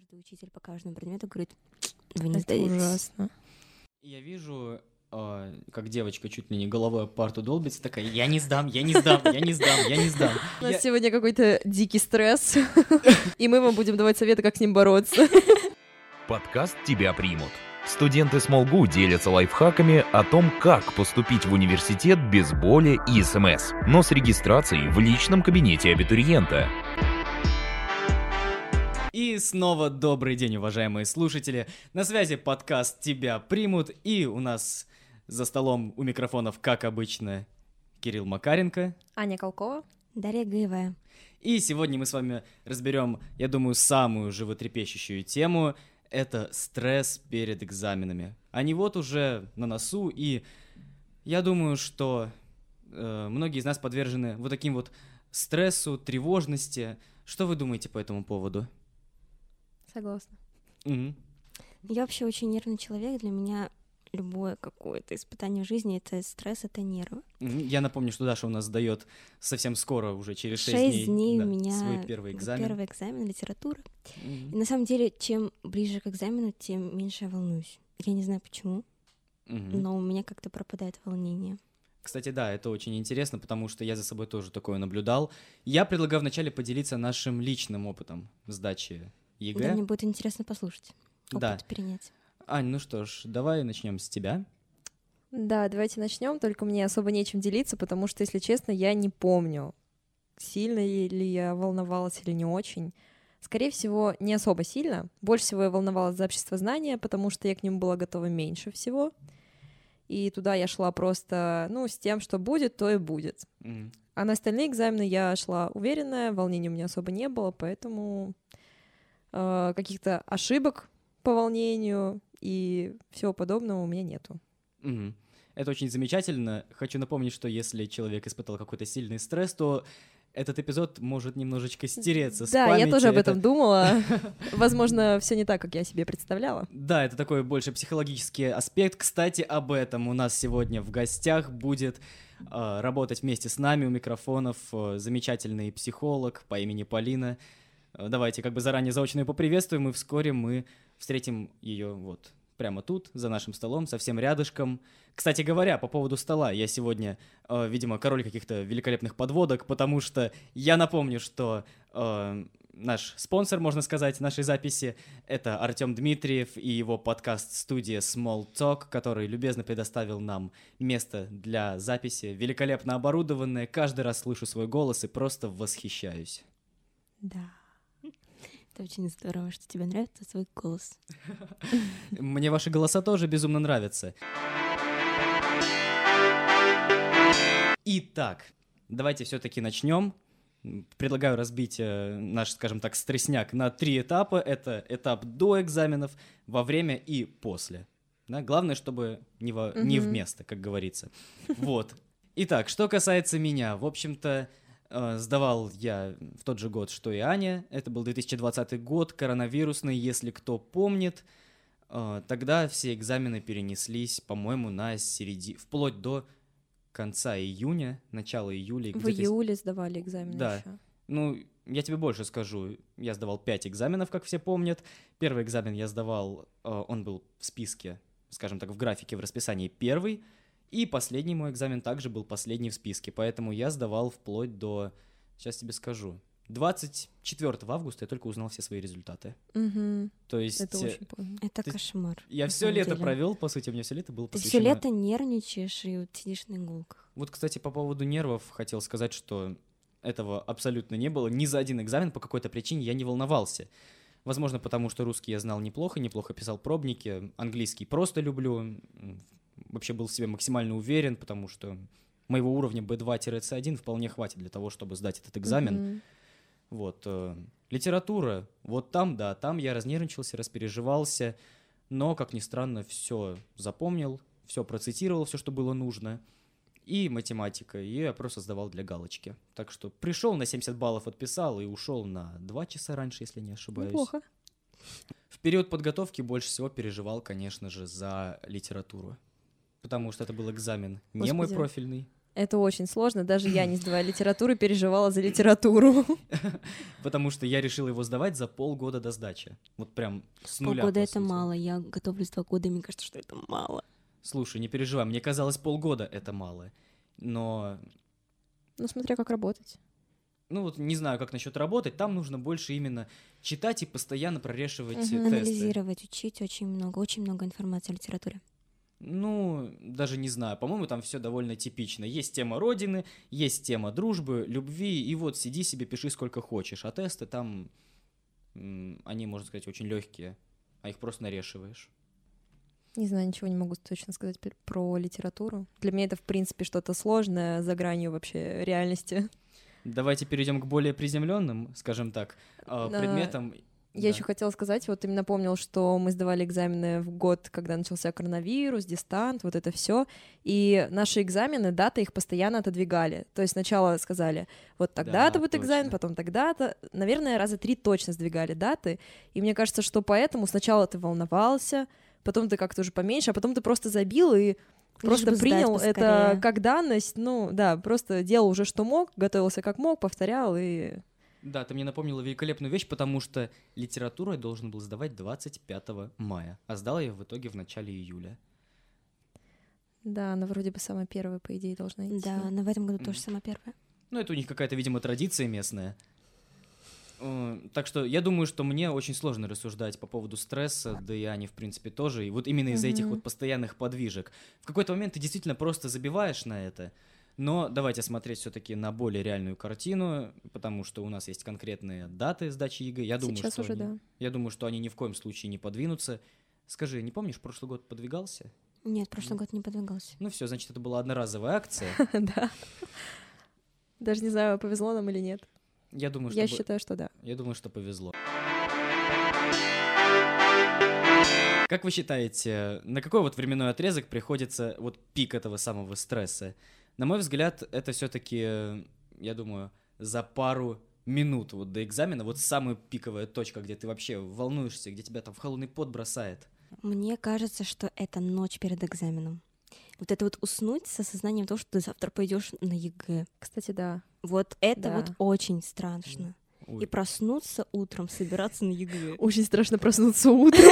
каждый учитель по каждому предмету говорит: вы не Это сдадитесь. ужасно. Я вижу, как девочка чуть ли не головой об парту долбится, такая: я не сдам, я не сдам, я не сдам, я не сдам. У нас сегодня какой-то дикий стресс, и мы вам будем давать советы, как с ним бороться. Подкаст «Тебя примут». Студенты СмолГУ делятся лайфхаками о том, как поступить в университет без боли и СМС, но с регистрацией в личном кабинете абитуриента. И снова добрый день, уважаемые слушатели. На связи подкаст «Тебя примут», и у нас за столом у микрофонов, как обычно, Кирилл Макаренко. Аня Колкова. Дарья Гаевая. И сегодня мы с вами разберем, я думаю, самую животрепещущую тему — это стресс перед экзаменами. Они вот уже на носу, и я думаю, что многие из нас подвержены вот таким вот стрессу, тревожности. Что вы думаете по этому поводу? Согласна. Мгм. Я вообще очень нервный человек. Для меня любое какое-то испытание в жизни — это стресс, это нервы. Я напомню, что Даша у нас сдает совсем скоро, уже через 6 6 дней да, у меня свой первый экзамен. первый экзамен литература. Мгм. И на самом деле, чем ближе к экзамену, тем меньше я волнуюсь. Я не знаю почему, Мгм. но у меня как-то пропадает волнение. Кстати, да, это очень интересно, потому что я за собой тоже такое наблюдал. Я предлагаю вначале поделиться нашим личным опытом сдачи ЕГЭ. Да, мне будет интересно послушать, Да. опыт перенять. Ань, ну что ж, давай начнем с тебя. Да, давайте начнем. Только мне особо нечем делиться, потому что, если честно, я не помню, сильно ли я волновалась или не очень. Скорее всего, не особо сильно. Больше всего я волновалась за обществознание, потому что я к нему была готова меньше всего. И туда я шла просто, с тем, что будет, то и будет. Мгм. А на остальные экзамены я шла уверенная, волнений у меня особо не было, поэтому каких-то ошибок по волнению и всего подобного у меня нету. Мгм. Это очень замечательно. Хочу напомнить, что если человек испытал какой-то сильный стресс, то этот эпизод может немножечко стереться с Да, памяти. я тоже об Это- этом думала. Возможно, все не так, как я себе представляла. Да, это такой больше психологический аспект. Кстати, об этом у нас сегодня в гостях будет работать вместе с нами у микрофонов замечательный психолог по имени Полина. Давайте как бы заранее заочно ее поприветствуем, и вскоре мы встретим ее вот прямо тут, за нашим столом, совсем рядышком. Кстати говоря, по поводу стола, я сегодня, видимо, король каких-то великолепных подводок, потому что я напомню, что наш спонсор, можно сказать, нашей записи — это Артем Дмитриев и его подкаст-студия Small Talk, который любезно предоставил нам место для записи, великолепно оборудованное. Каждый раз слышу свой голос и просто восхищаюсь. Да. Это очень здорово, что тебе нравится свой голос. Мне ваши голоса тоже безумно нравятся. Итак, давайте все-таки начнем. Предлагаю разбить наш, скажем так, стрессняк на 3 этапа. Это этап до экзаменов, во время и после. Да? Главное, чтобы не вместо, как говорится. Вот. Итак, что касается меня. В общем-то, сдавал я в тот же год, что и Аня. Это был 2020 год, коронавирусный, если кто помнит. Тогда все экзамены перенеслись, по-моему, вплоть до конца июня, начала июля. В июле сдавали экзамены Да. еще. Ну, я тебе больше скажу. Я сдавал 5 экзаменов, как все помнят. Первый экзамен я сдавал, он был в списке, скажем так, в графике, в расписании первый. И последний мой экзамен также был последний в списке. Поэтому я сдавал вплоть до, сейчас тебе скажу, 24 августа я только узнал все свои результаты. Мгм. То есть Это очень поздно. Это Ты- кошмар. я на все самом лето деле. провел, по сути, у меня все лето было Ты все посвящено... лето нервничаешь и вот сидишь на иголках. Вот, кстати, по поводу нервов хотел сказать, что этого абсолютно не было. Ни за один экзамен по какой-то причине я не волновался. Возможно, потому что русский я знал неплохо писал пробники, английский просто люблю, вообще был в себе максимально уверен, потому что моего уровня B2-C1 вполне хватит для того, чтобы сдать этот экзамен. Мгм. Вот. Литература, вот там, да, там я разнервничался, распереживался, но, как ни странно, все запомнил, все процитировал, все, что было нужно. И математика, и я просто сдавал для галочки. Так что пришел на 70 баллов, отписал и ушел на 2 часа раньше, если не ошибаюсь. Неплохо. В период подготовки больше всего переживал, конечно же, за литературу. Потому что это был экзамен не мой Господи. профильный. Это очень сложно, даже я, не сдавая литературу, переживала за литературу. Потому что я решил его сдавать за полгода до сдачи. Вот прям с нуля. Полгода по это сути. мало, я готовлюсь 2 года, и мне кажется, что это мало. Слушай, не переживай, мне казалось, полгода это мало. Но, Ну, смотря как работать. ну вот не знаю, как насчет работать, там нужно больше именно читать и постоянно прорешивать тесты. Анализировать, учить очень много информации о литературе. Ну, даже не знаю, по-моему, там все довольно типично. Есть тема родины, есть тема дружбы, любви, и вот сиди себе, пиши сколько хочешь. А тесты там, они, можно сказать, очень легкие, а их просто нарешиваешь. Не знаю, ничего не могу точно сказать про литературу. Для меня это, в принципе, что-то сложное, за гранью вообще реальности. Давайте перейдем к более приземленным, скажем так, предметам. Я еще хотела сказать, вот ты мне напомнил, что мы сдавали экзамены в год, когда начался коронавирус, дистант, вот это все, и наши экзамены, даты их постоянно отодвигали. То есть сначала сказали, вот тогда-то Да, будет экзамен, точно. потом тогда-то. Наверное, раза 3 точно сдвигали даты, и мне кажется, что поэтому сначала ты волновался, потом ты как-то уже поменьше, а потом ты просто забил и просто бы сдать принял это поскорее. как данность, ну да, просто делал уже что мог, готовился как мог, повторял и... Да, ты мне напомнила великолепную вещь, потому что литературу я должен был сдавать 25 мая, а сдал я в итоге в начале июля. Да, она вроде бы самая первая, по идее, должна идти. Да, но в этом году тоже самое первое. Ну, это у них какая-то, видимо, традиция местная. Так что я думаю, что мне очень сложно рассуждать по поводу стресса, да и они, в принципе, тоже. И вот именно из-за этих вот постоянных подвижек. В какой-то момент ты действительно просто забиваешь на это. Но давайте смотреть все-таки на более реальную картину, потому что у нас есть конкретные даты сдачи ЕГЭ. Я думаю, Сейчас что уже, они, да. я думаю, что они ни в коем случае не подвинутся. Скажи, не помнишь, прошлый год подвигался? Нет, прошлый год не подвигался. Ну все, значит, это была одноразовая акция. Да. Даже не знаю, повезло нам или нет. Я думаю, что Я считаю, что да. Я думаю, что повезло. Как вы считаете, на какой вот временной отрезок приходится вот пик этого самого стресса? На мой взгляд, это все-таки, я думаю, за пару минут вот до экзамена, вот самая пиковая точка, где ты вообще волнуешься, где тебя там в холодный пот бросает. Мне кажется, что это ночь перед экзаменом. Вот это вот уснуть с осознанием того, что ты завтра пойдешь на ЕГЭ. Кстати, да. Вот это Да. вот очень страшно. Ой. И проснуться утром, собираться на ЕГЭ. Очень страшно проснуться утром.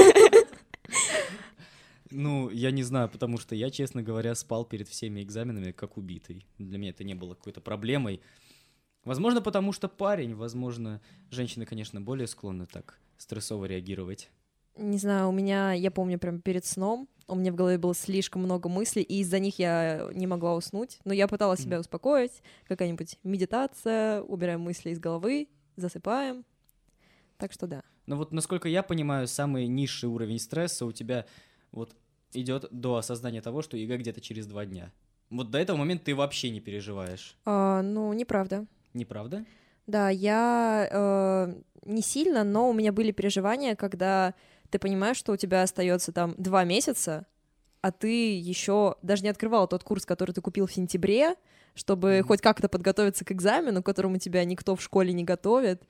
Ну, я не знаю, потому что я, честно говоря, спал перед всеми экзаменами как убитый. Для меня это не было какой-то проблемой. Возможно, потому что парень, возможно, женщины, конечно, более склонны так стрессово реагировать. Не знаю, у меня, я помню, прям перед сном у меня в голове было слишком много мыслей, и из-за них я не могла уснуть. Но я пыталась себя успокоить. Какая-нибудь медитация, убираем мысли из головы, засыпаем. Так что да. Но вот, насколько я понимаю, самый низший уровень стресса у тебя вот идет до осознания того, что ЕГЭ где-то через 2 дня. Вот до этого момента ты вообще не переживаешь. Ну, неправда. Неправда? Да, я не сильно, но у меня были переживания, когда ты понимаешь, что у тебя остается там 2 месяца, а ты еще даже не открывал тот курс, который ты купил в сентябре, чтобы хоть как-то подготовиться к экзамену, к которому тебя никто в школе не готовит,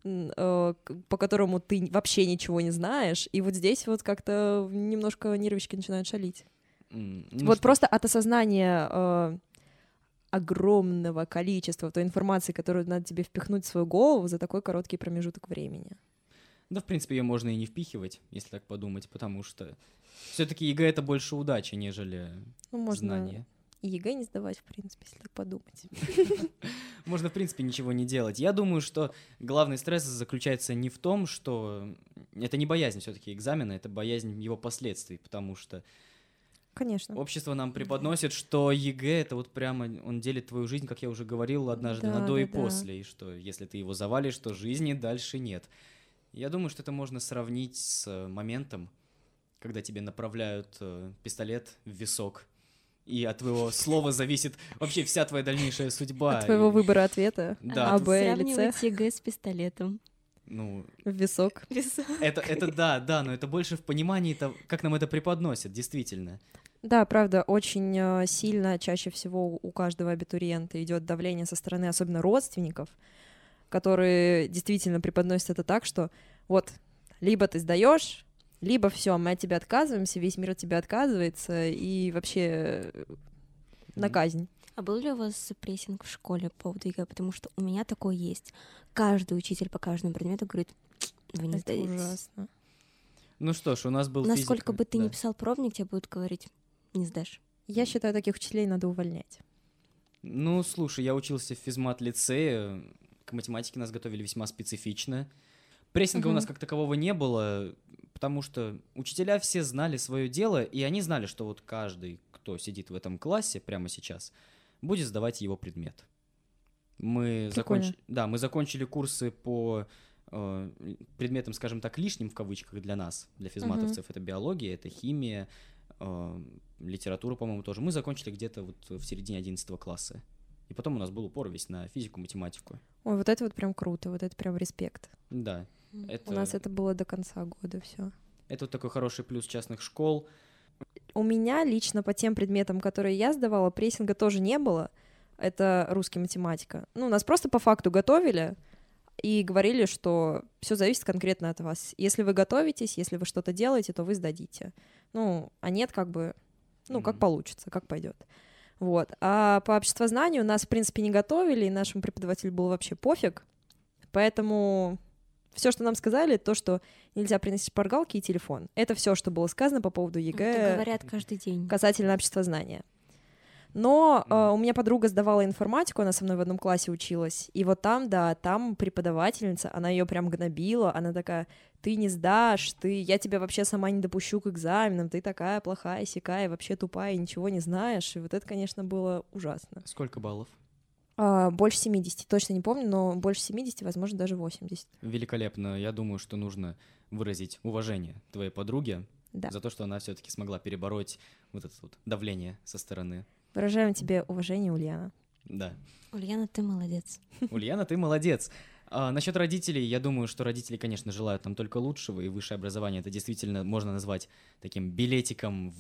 по которому ты вообще ничего не знаешь. И вот здесь вот как-то немножко нервишки начинают шалить. Ну Вот что, просто от осознания огромного количества той информации, которую надо тебе впихнуть в свою голову за такой короткий промежуток времени. Да, в принципе, ее можно и не впихивать, если так подумать, потому что все-таки ЕГЭ это больше удача, нежели Ну, можно знание. и ЕГЭ не сдавать, в принципе, если так подумать. Можно, в принципе, ничего не делать. Я думаю, что главный стресс заключается не в том, что... Это не боязнь все-таки экзамена, это боязнь его последствий, потому что Конечно. общество нам преподносит, что ЕГЭ — это вот прямо, он делит твою жизнь, как я уже говорил однажды, Да, на до и да, да. после, и что если ты его завалишь, то жизни дальше нет. Я думаю, что это можно сравнить с моментом, когда тебе направляют пистолет в висок, и от твоего слова зависит вообще вся твоя дальнейшая судьба. От твоего И- выбора ответа Да, А, тут- Б или С Сравнивать ЕГЭ с пистолетом. Ну, в висок. это да, но это больше в понимании, как нам это преподносят, действительно. Да, правда, очень сильно чаще всего у каждого абитуриента идет давление со стороны, особенно родственников, которые действительно преподносят это так, что вот либо ты сдаешь, либо все, мы от тебя отказываемся, весь мир от тебя отказывается, и вообще на казнь. А был ли у вас прессинг в школе по поводу ЕГЭ? Потому что у меня такое есть. Каждый учитель по каждому предмету говорит, вы не Это сдаетесь. ужасно. Ну что ж, у нас был Насколько бы ты да. ни писал пробник, тебе будут говорить, не сдашь. Я считаю, таких учителей надо увольнять. Ну, слушай, я учился в физмат-лицее, к математике нас готовили весьма специфично. Прессинга у нас как такового не было, потому что учителя все знали свое дело, и они знали, что вот каждый, кто сидит в этом классе прямо сейчас, будет сдавать его предмет. Мы закончили курсы по предметам, скажем так, лишним в кавычках для нас, для физматовцев. Это биология, это химия, литература, по-моему, тоже. Мы закончили где-то вот в середине 11 класса. И потом у нас был упор весь на физику, математику. Ой, вот это вот прям круто, вот это прям респект. Да. У нас это было до конца года все. Это вот такой хороший плюс частных школ. У меня лично по тем предметам, которые я сдавала, прессинга тоже не было. Это русский, математика. Ну, нас просто по факту готовили и говорили, что все зависит конкретно от вас. Если вы готовитесь, если вы что-то делаете, то вы сдадите. Ну, а нет, как бы, ну, как получится, как пойдет. Вот. А по обществознанию нас, в принципе, не готовили, и нашему преподавателю был вообще пофиг. Поэтому все, что нам сказали, то, что нельзя приносить шпаргалки и телефон. Это все, что было сказано по поводу ЕГЭ. Это говорят каждый день. Касательно обществознания. Но у меня подруга сдавала информатику, она со мной в одном классе училась, и вот там, да, там преподавательница, она ее прям гнобила, она такая, ты не сдашь, я тебя вообще сама не допущу к экзаменам, ты такая плохая, сякая, вообще тупая, ничего не знаешь, и вот это, конечно, было ужасно. Сколько баллов? Больше 70, точно не помню, но больше 70, возможно, даже 80. Великолепно. Я думаю, что нужно выразить уважение твоей подруге за то, что она все-таки смогла перебороть вот это вот давление со стороны. Выражаем тебе уважение, Ульяна. Да. Ульяна, ты молодец. Ульяна, ты молодец. Насчет родителей, я думаю, что родители, конечно, желают нам только лучшего, и высшее образование это действительно можно назвать таким билетиком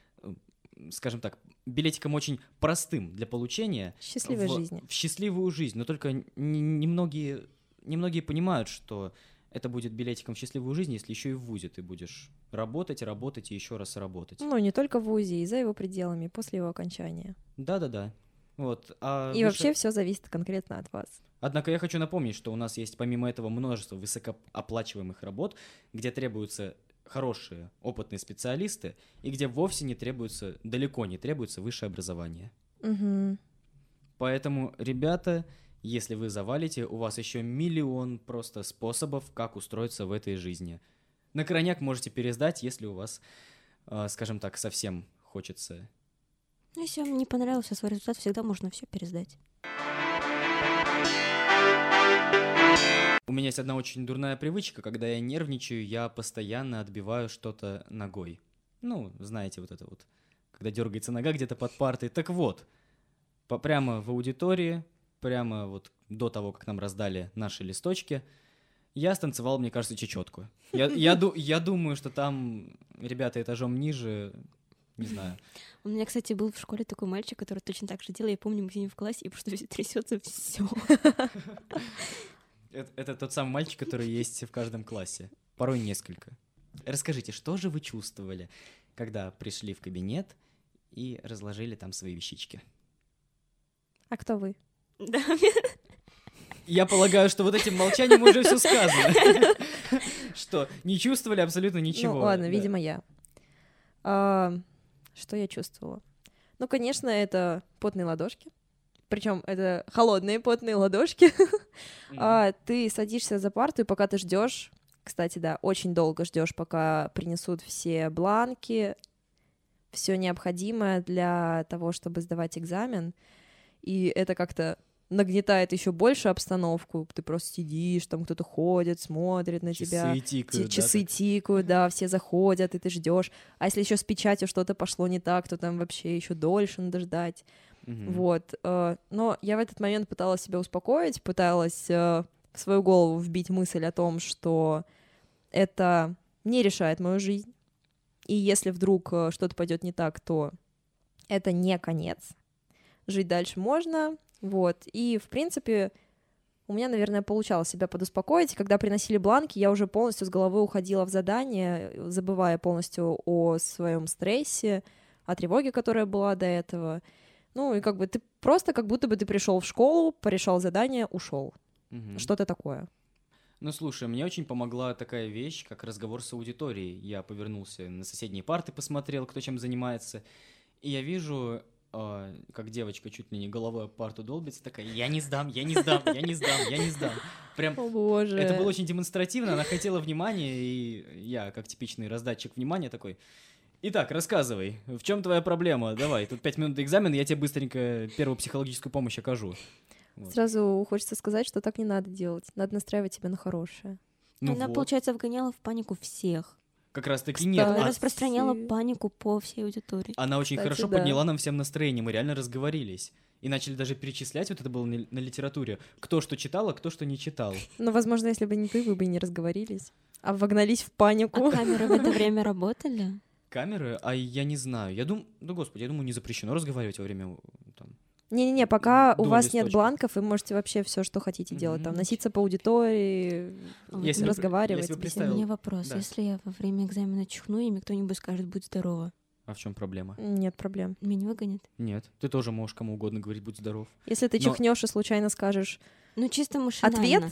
скажем так, билетиком очень простым для получения. Счастливой жизни. В счастливую жизнь. Но только немногие понимают, что это будет билетиком в счастливую жизнь, если еще и в вузе ты будешь работать и еще раз работать. Ну, не только в вузе, и за его пределами, после его окончания. Да. Вот. Вообще все зависит конкретно от вас. Однако я хочу напомнить, что у нас есть помимо этого множество высокооплачиваемых работ, где требуются хорошие, опытные специалисты, и где вовсе далеко не требуется высшее образование. Угу. Поэтому, ребята, если вы завалите, у вас еще миллион просто способов, как устроиться в этой жизни. На крайняк можете пересдать, если у вас, скажем так, совсем хочется. Ну, если вам не понравился свой результат, всегда можно все пересдать. У меня есть одна очень дурная привычка, когда я нервничаю, я постоянно отбиваю что-то ногой. Ну, знаете, вот это вот, когда дергается нога где-то под партой. Так вот, прямо в аудитории, прямо вот до того, как нам раздали наши листочки, я станцевал, мне кажется, чечетку. Я думаю, что там ребята этажом ниже, не знаю. У меня, кстати, был в школе такой мальчик, который точно так же делал. Я помню, мы сидим в классе, и просто трясется все. Это тот самый мальчик, который есть в каждом классе. Порой несколько. Расскажите, что же вы чувствовали, когда пришли в кабинет и разложили там свои вещички? А кто вы? Да. Я полагаю, что вот этим молчанием уже все сказано. Что, не чувствовали абсолютно ничего? Ну ладно, видимо, я. Что я чувствовала? Ну, конечно, это потные ладошки. Причем это холодные потные ладошки. Ты садишься за парту, и пока ты ждешь, кстати, да, очень долго ждешь, пока принесут все бланки, все необходимое для того, чтобы сдавать экзамен. И это как-то нагнетает еще больше обстановку. Ты просто сидишь, там кто-то ходит, смотрит на тебя. Часы тикают, да, все заходят, и ты ждешь. А если еще с печатью что-то пошло не так, то там вообще еще дольше надо ждать. Вот. Но я в этот момент пыталась себя успокоить, пыталась в свою голову вбить мысль о том, что это не решает мою жизнь. И если вдруг что-то пойдет не так, то это не конец. Жить дальше можно. Вот. И, в принципе, у меня, наверное, получалось себя подуспокоить. Когда приносили бланки, я уже полностью с головы уходила в задание, забывая полностью о своем стрессе, о тревоге, которая была до этого. Ну, и как бы ты просто как будто бы ты пришел в школу, порешал задание, ушел. Мгм. Что-то такое. Ну, слушай, мне очень помогла такая вещь, как разговор с аудиторией. Я повернулся на соседние парты, посмотрел, кто чем занимается, и я вижу, как девочка чуть ли не головой об парту долбится, такая: я не сдам, я не сдам, я не сдам, я не сдам. Прям О боже. это было очень демонстративно, она хотела внимания, и я, как типичный раздатчик внимания, такой: итак, рассказывай, в чем твоя проблема? Давай, тут 5 минут до экзамена, я тебе быстренько первую психологическую помощь окажу. Вот. Сразу хочется сказать, что так не надо делать. Надо настраивать себя на хорошее. Ну Она, вот, получается, вгоняла в панику всех. как раз таки Кстати. нет. Она А распространяла ты- панику по всей аудитории. Она очень Кстати, хорошо да. подняла нам всем настроение, мы реально разговорились. И начали даже перечислять, вот это было на литературе, кто что читал, а кто что не читал. Но, возможно, если бы не ты, вы бы и не разговорились, а вогнались в панику. А камеры в это время работали? Камеры? А я не знаю. Я думаю, да господи, я думаю, не запрещено разговаривать во время там. Не-не-не, пока у До вас нет листочка. бланков, вы можете вообще все, что хотите делать. Там Мгм. носиться по аудитории, Вот Если бы- разговаривать. если бы У представил- меня вопрос. Да. Если я во время экзамена чихну, и мне кто-нибудь скажет «будь здорова», А в чем проблема? Нет проблем. меня не выгонят? Нет, ты тоже можешь кому угодно говорить, будь здоров. Если ты Но- чихнешь и случайно скажешь Ну, чисто машинально.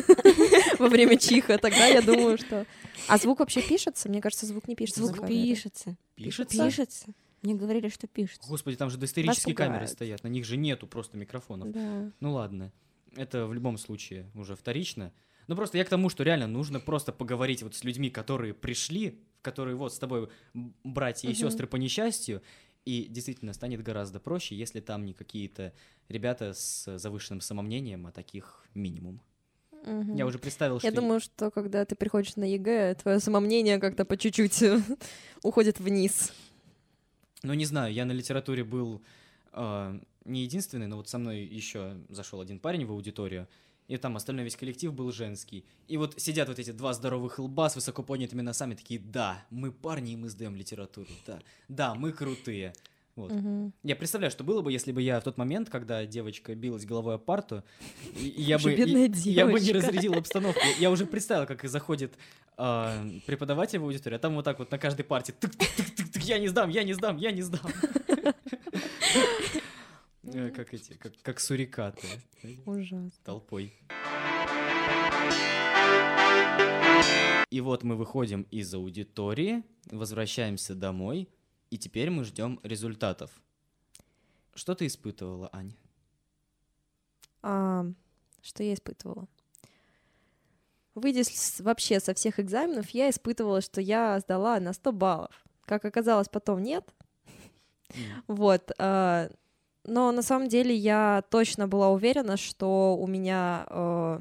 во время чиха, тогда я думаю, что... А звук вообще пишется? Мне кажется, звук не пишется. на Звук камере. пишется. Пишется? Пишется. Мне говорили, что пишется. Господи, там же доисторические камеры пугает. стоят, на них же нету просто микрофонов. Да. Ну ладно, это в любом случае уже вторично. Ну просто я к тому, что реально нужно просто поговорить вот с людьми, которые пришли, которые вот с тобой братья и Мгм. сестры по несчастью, и действительно станет гораздо проще, если там не какие-то ребята с завышенным самомнением, а таких минимум. Мгм. Я уже представил, что... Я думаю, что когда ты приходишь на ЕГЭ, твое самомнение как-то по чуть-чуть уходит вниз. Ну, не знаю, я на литературе был не единственный, но вот со мной еще зашел один парень в аудиторию, и там остальной весь коллектив был женский. И вот сидят вот эти два здоровых лба с высоко поднятыми носами, такие: да, мы парни, и мы сдаем литературу, да, мы крутые. Вот. Мгм. Я представляю, что было бы, если бы я в тот момент, когда девочка билась головой об парту, и я Боже, бы бедная я бы не девочка. разрядил обстановку. Я уже представил, как заходит преподаватель в аудиторию, а там вот так вот на каждой парте: тык-тык-тык-тык, я не сдам, я не сдам, я не сдам. Как эти, как сурикаты Ужасно. толпой. И вот мы выходим из аудитории, возвращаемся домой, и теперь мы ждем результатов. Что ты испытывала, Ань? Что я испытывала? Выйдя вообще со всех экзаменов, я испытывала, что я сдала на 100 баллов. Как оказалось, потом нет. Вот. Но на самом деле я точно была уверена, что у меня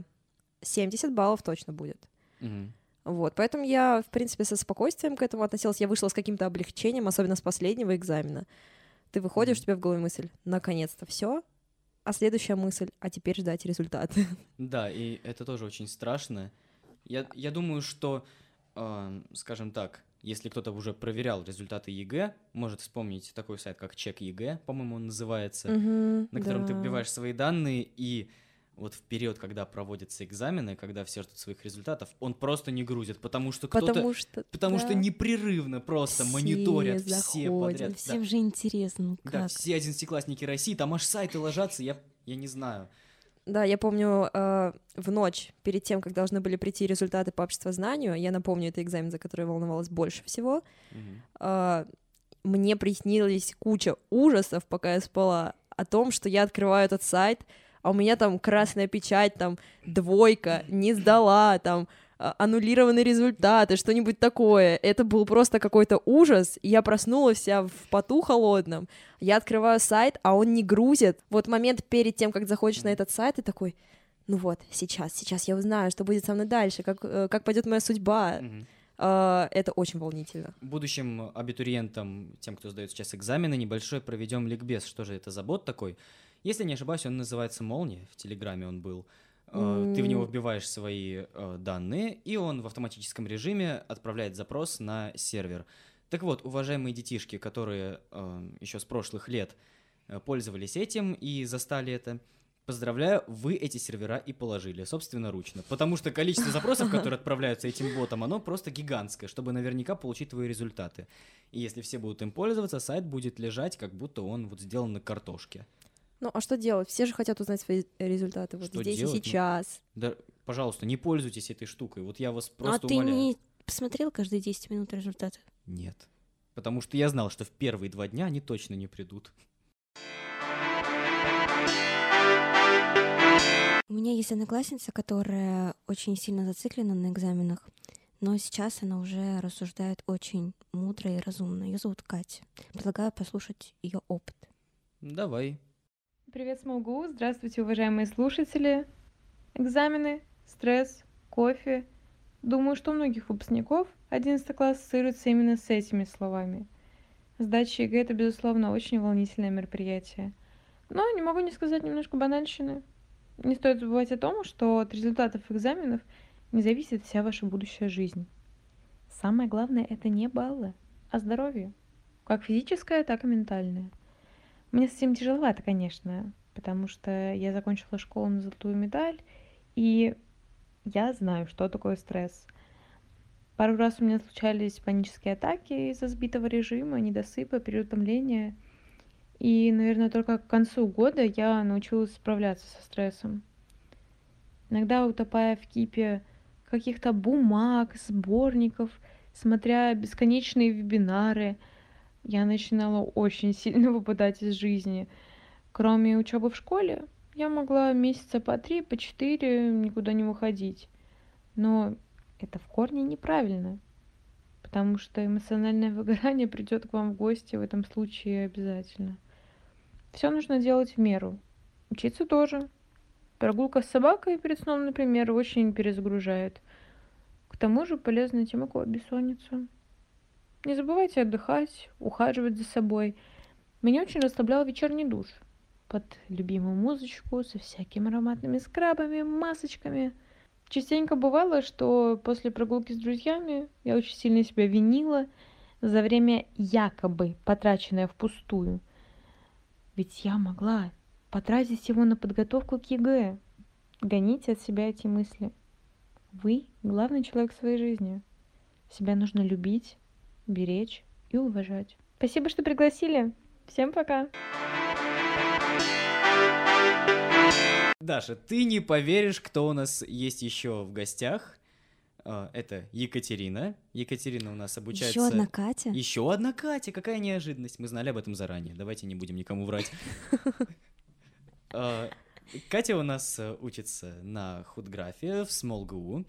70 баллов точно будет. Мгм. Вот, поэтому я, в принципе, со спокойствием к этому относилась. Я вышла с каким-то облегчением, особенно с последнего экзамена. Ты выходишь, у тебя в голове мысль: наконец-то все. А следующая мысль: а теперь ждать результаты. Да, и это тоже очень страшно. Я думаю, что, скажем так, если кто-то уже проверял результаты ЕГЭ, может вспомнить такой сайт, как Чек ЕГЭ, по-моему, он называется, на котором ты вбиваешь свои данные, и вот в период, когда проводятся экзамены, когда все ждут своих результатов, он просто не грузит, потому что кто-то... Потому что да, непрерывно просто все мониторят все заходят, подряд. Да. Всем же интересно, ну Да, как? все одиннадцатиклассники России, там аж сайты ложатся, я не знаю. Да, я помню, в ночь перед тем, как должны были прийти результаты по обществознанию, я напомню, это экзамен, за который я волновалась больше всего, Мгм. мне приснились куча ужасов, пока я спала, о том, что я открываю этот сайт, а у меня там красная печать, там 2, не сдала, там аннулированы результаты, что-нибудь такое. Это был просто какой-то ужас, и я проснулась вся в поту холодном. Я открываю сайт, а он не грузит. Вот момент перед тем, как заходишь на этот сайт, и такой: ну вот, сейчас я узнаю, что будет со мной дальше, как пойдет моя судьба. Мгм. Это очень волнительно. Будущим абитуриентам, тем, кто сдает сейчас экзамены, небольшой проведем ликбез. Что же это за бот такой? Если не ошибаюсь, он называется «Молния», в Телеграме он был. Ты в него вбиваешь свои данные, и он в автоматическом режиме отправляет запрос на сервер. Так вот, уважаемые детишки, которые еще с прошлых лет пользовались этим и застали это, поздравляю, вы эти сервера и положили, собственноручно. Потому что количество запросов, которые отправляются этим ботом, оно просто гигантское, чтобы наверняка получить твои результаты. И если все будут им пользоваться, сайт будет лежать, как будто он вот сделан на картошке. Ну, а что делать? Все же хотят узнать свои результаты вот Что здесь делать? и сейчас. Да, пожалуйста, не пользуйтесь этой штукой. Вот я вас А просто ты умоляю. не посмотрел каждые 10 минут результаты? Нет. Потому что я знал, что в первые 2 дня они точно не придут. У меня есть одноклассница, которая очень сильно зациклена на экзаменах, но сейчас она уже рассуждает очень мудро и разумно. Ее зовут Катя. Предлагаю послушать ее опыт. Давай. Привет, Смолгу! Здравствуйте, уважаемые слушатели! Экзамены, стресс, кофе. Думаю, что у многих выпускников 11 класс ассоциируется именно с этими словами. Сдача ЕГЭ — это, безусловно, очень волнительное мероприятие. Но не могу не сказать немножко банальщины. Не стоит забывать о том, что от результатов экзаменов не зависит вся ваша будущая жизнь. Самое главное — это не баллы, а здоровье. Как физическое, так и ментальное. Мне с этим тяжеловато, конечно, потому что я закончила школу на золотую медаль, и я знаю, что такое стресс. Пару раз у меня случались панические атаки из-за сбитого режима, недосыпа, переутомления. И, наверное, только к концу года я научилась справляться со стрессом. Иногда, утопая в кипе каких-то бумаг, сборников, смотря бесконечные вебинары, я начинала очень сильно выпадать из жизни. Кроме учебы в школе, я могла месяца по 3, по 4 никуда не выходить. Но это в корне неправильно, потому что эмоциональное выгорание придет к вам в гости в этом случае обязательно. Все нужно делать в меру. Учиться тоже. Прогулка с собакой перед сном, например, очень перезагружает. К тому же полезная тема бессонницу. Не забывайте отдыхать, ухаживать за собой. Меня очень расслаблял вечерний душ. Под любимую музычку, со всякими ароматными скрабами, масочками. Частенько бывало, что после прогулки с друзьями я очень сильно себя винила за время якобы потраченное впустую. Ведь я могла потратить его на подготовку к ЕГЭ. Гоните от себя эти мысли. Вы главный человек в своей жизни. Себя нужно любить, беречь и уважать. Спасибо, что пригласили. Всем пока. Даша, ты не поверишь, кто у нас есть еще в гостях. Это Екатерина. Екатерина у нас обучается... Еще одна Катя? Еще одна Катя, какая неожиданность. Мы знали об этом заранее. Давайте не будем никому врать. Катя у нас учится на худграфе в СмолГУ.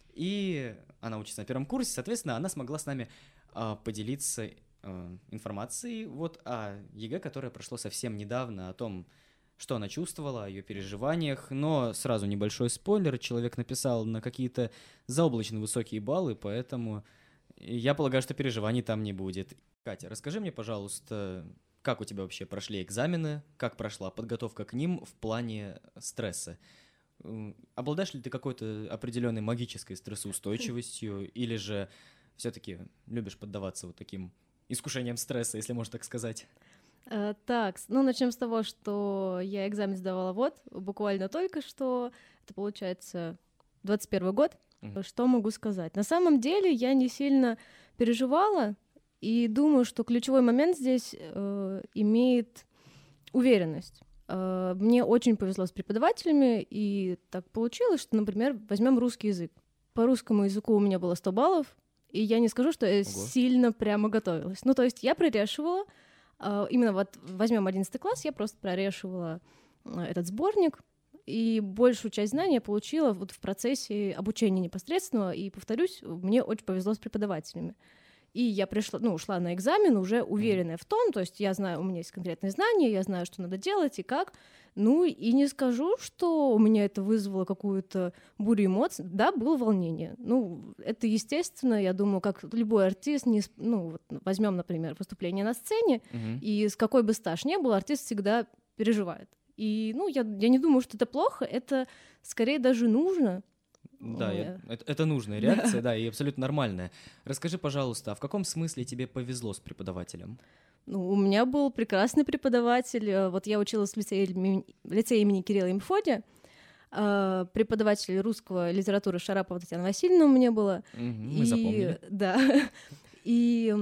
И она учится на 1 курсе. Соответственно, она смогла с нами поделиться информацией вот о ЕГЭ, которое прошло совсем недавно, о том, что она чувствовала, о ее переживаниях, но сразу небольшой спойлер, человек написал на какие-то заоблачно высокие баллы, поэтому я полагаю, что переживаний там не будет. Катя, расскажи мне, пожалуйста, как у тебя вообще прошли экзамены, как прошла подготовка к ним в плане стресса? Обладаешь ли ты какой-то определенной магической стрессоустойчивостью, или же все-таки любишь поддаваться вот таким искушениям стресса, если можно так сказать? Так, ну начнем с того, что я экзамен сдавала буквально только что, это получается 21 год. Что могу сказать? На самом деле я не сильно переживала и думаю, что ключевой момент здесь имеет уверенность. Мне очень повезло с преподавателями, и так получилось, что, например, возьмем русский язык. По русскому языку у меня было 100 баллов, и я не скажу, что я сильно прямо готовилась. Ну, то есть я прорешивала. Именно вот возьмем 11 класс, я просто прорешивала этот сборник, и большую часть знаний я получила вот в процессе обучения непосредственного, и, повторюсь, мне очень повезло с преподавателями. И я шла на экзамен уже уверенная в том, то есть я знаю, у меня есть конкретные знания, я знаю, что надо делать и как. Ну и не скажу, что у меня это вызвало какую-то бурю эмоций. Да, было волнение. Ну, это естественно, я думаю, как любой артист, возьмем, например, выступление на сцене, и с какой бы стаж ни был, артист всегда переживает. И, я не думаю, что это плохо, это скорее даже нужно. Да, это нужная реакция, да, и абсолютно нормальная. Расскажи, пожалуйста, а в каком смысле тебе повезло с преподавателем? У меня был прекрасный преподаватель. Вот я училась в лицее имени Кирилла и Мефодия. Преподаватель русского литературы Шарапова Татьяна Васильевна у меня была. Мы запомнили. Да. И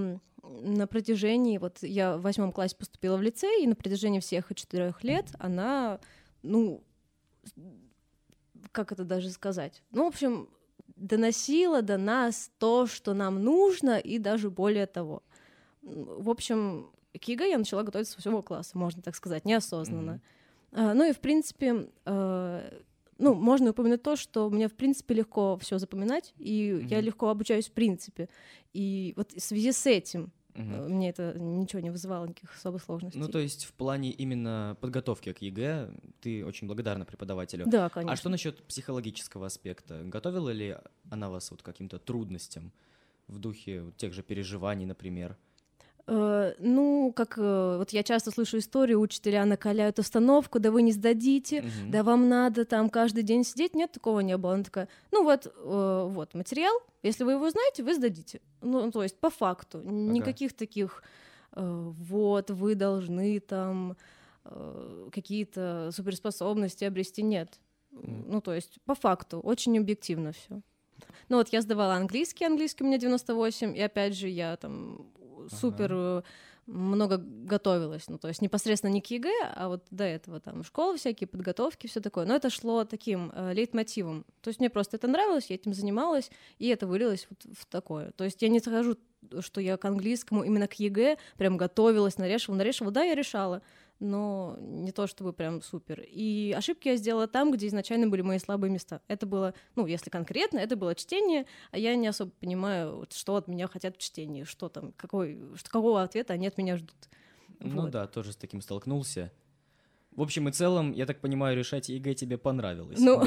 на протяжении, вот я в 8 классе поступила в лицей, и на протяжении всех 4 лет она, ну, как это даже сказать? Ну, в общем, доносила до нас то, что нам нужно, и даже более того. В общем, к ЕГЭ я начала готовиться с 8 класса, можно так сказать, неосознанно. Ну и, в принципе, ну, можно упомянуть то, что мне, в принципе, легко все запоминать, и я легко обучаюсь в принципе. И вот в связи с этим мне это ничего не вызывало, никаких особых сложностей. Ну, то есть в плане именно подготовки к ЕГЭ ты очень благодарна преподавателю. Да, конечно. А что насчет психологического аспекта? Готовила ли она вас вот к каким-то трудностям в духе вот тех же переживаний, например? Ну, как вот я часто слышу истории, учителя накаляют установку, да вы не сдадите, да вам надо там каждый день сидеть. Нет, такого не было. Она такая, ну вот материал, если вы его знаете, вы сдадите. Ну, то есть по факту. Никаких таких, вот, вы должны там какие-то суперспособности обрести, нет. Ну, то есть по факту, очень объективно все. Ну вот я сдавала английский у меня 98, и опять же я там супер много готовилась, ну то есть непосредственно не к ЕГЭ, а вот до этого там школы всякие, подготовки, все такое, но это шло таким лейтмотивом, то есть мне просто это нравилось, я этим занималась, и это вылилось вот в такое, то есть я не скажу, что я к английскому именно к ЕГЭ прям готовилась, нарешивала, да, я решала, но не то чтобы прям супер. И ошибки я сделала там, где изначально были мои слабые места. Это было, ну, если конкретно, это было чтение, а я не особо понимаю, что от меня хотят в чтении, что там, какого ответа они от меня ждут. Ну Вот. да, тоже с таким столкнулся. В общем и целом, я так понимаю, решать ЕГЭ тебе понравилось. Ну,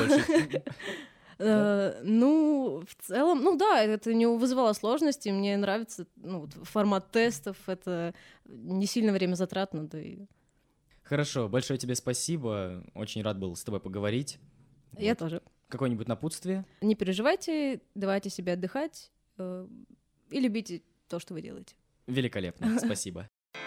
ну, в целом, ну да, это не вызывало сложности, мне нравится формат тестов, это не сильно время затратно, да и... Хорошо, большое тебе спасибо, очень рад был с тобой поговорить. Я Вот. тоже. Какое-нибудь напутствие? Не переживайте, давайте себе отдыхать и любите то, что вы делаете. Великолепно, спасибо.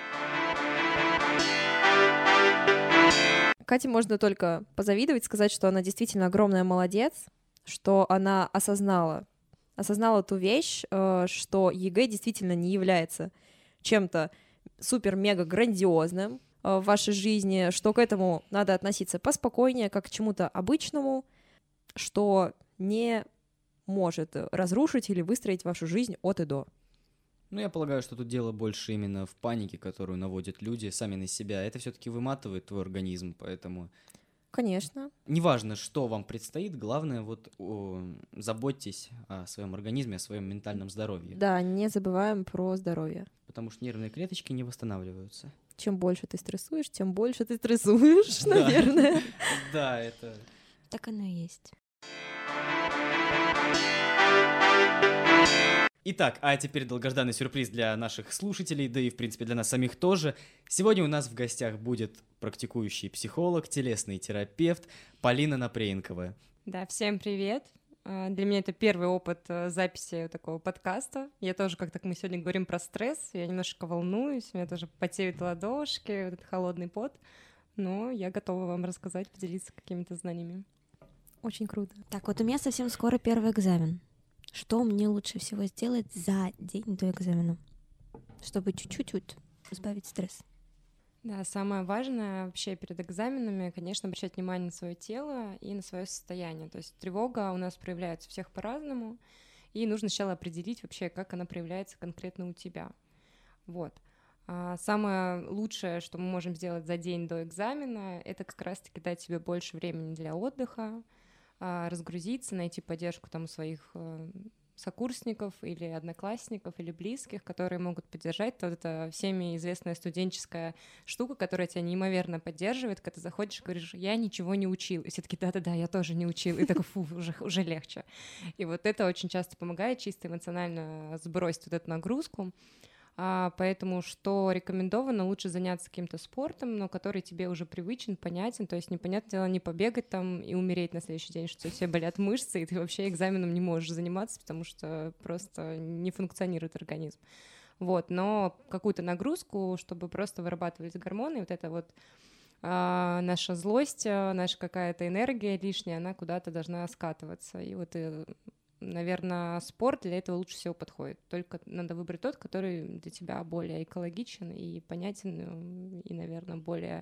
Кате можно только позавидовать, сказать, что она действительно огромная молодец, что она осознала ту вещь, что ЕГЭ действительно не является чем-то супер-мега грандиозным в вашей жизни, что к этому надо относиться поспокойнее, как к чему-то обычному, что не может разрушить или выстроить вашу жизнь от и до. Ну, я полагаю, что тут дело больше именно в панике, которую наводят люди сами на себя. Это все-таки выматывает твой организм, поэтому... Конечно. Неважно, что вам предстоит, главное, вот заботьтесь о своем организме, о своем ментальном здоровье. Да, не забываем про здоровье. Потому что нервные клеточки не восстанавливаются. Чем больше ты стрессуешь, тем больше ты стрессуешь, наверное. Да, это... Так оно и есть. Итак, а теперь долгожданный сюрприз для наших слушателей, да и, в принципе, для нас самих тоже. Сегодня у нас в гостях будет практикующий психолог, телесный терапевт Полина Напреенкова. Да, всем привет. Для меня это первый опыт записи такого подкаста. Я тоже, как мы сегодня говорим про стресс, я немножко волнуюсь, у меня тоже потеют ладошки, вот этот холодный пот, но я готова вам рассказать, поделиться какими-то знаниями. Очень круто. Так, вот у меня совсем скоро первый экзамен. Что мне лучше всего сделать за день до экзамена, чтобы чуть-чуть сбавить стресс? Да, самое важное вообще перед экзаменами, конечно, обращать внимание на свое тело и на свое состояние. То есть тревога у нас проявляется у всех по-разному, и нужно сначала определить вообще, как она проявляется конкретно у тебя. Вот. Самое лучшее, что мы можем сделать за день до экзамена, это как раз-таки дать себе больше времени для отдыха, разгрузиться, найти поддержку там у своих сокурсников или одноклассников или близких, которые могут поддержать. Вот это всеми известная студенческая штука, которая тебя неимоверно поддерживает, когда ты заходишь и говоришь: я ничего не учил. И все таки да-да-да, я тоже не учил. И такой: фу, уже легче. И вот это очень часто помогает чисто эмоционально сбросить вот эту нагрузку. Поэтому что рекомендовано, лучше заняться каким-то спортом, но который тебе уже привычен, понятен, то есть, непонятное дело, не побегать там и умереть на следующий день, что у тебя болят мышцы, и ты вообще экзаменом не можешь заниматься, потому что просто не функционирует организм. Вот, но какую-то нагрузку, чтобы просто вырабатывались гормоны, вот это вот наша злость, наша какая-то энергия лишняя, она куда-то должна скатываться, и вот наверное, спорт для этого лучше всего подходит. Только надо выбрать тот, который для тебя более экологичен и понятен, и, наверное, более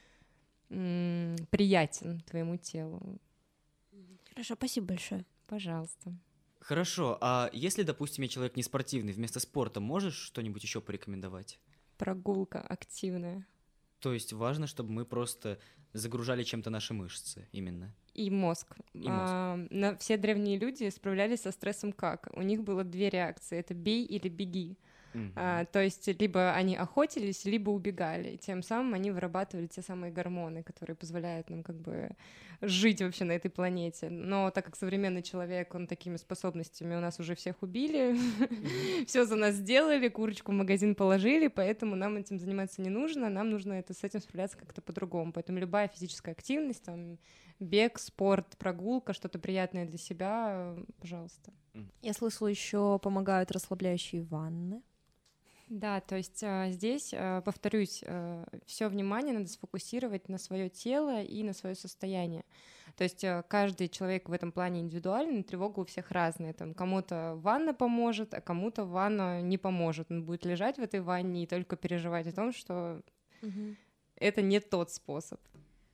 приятен твоему телу. Хорошо, спасибо большое. Пожалуйста. Хорошо, а если, допустим, я человек не спортивный, вместо спорта можешь что-нибудь еще порекомендовать? Прогулка активная. То есть важно, чтобы мы просто загружали чем-то наши мышцы именно. И мозг. Все древние люди справлялись со стрессом как? У них было две реакции. Это бей или беги. То есть либо они охотились, либо убегали. Тем самым они вырабатывали те самые гормоны, которые позволяют нам как бы жить вообще на этой планете. Но так как современный человек, он такими способностями у нас уже всех убили, все за нас сделали, курочку в магазин положили, поэтому нам этим заниматься не нужно, нам нужно с этим справляться как-то по-другому. Поэтому любая физическая активность, там, бег, спорт, прогулка, что-то приятное для себя, пожалуйста. Я слышала, еще помогают расслабляющие ванны. Да, то есть здесь, повторюсь, все внимание надо сфокусировать на свое тело и на свое состояние. То есть каждый человек в этом плане индивидуальный, тревога у всех разная. Там кому-то ванна поможет, а кому-то ванна не поможет. Он будет лежать в этой ванне и только переживать о том, что это не тот способ.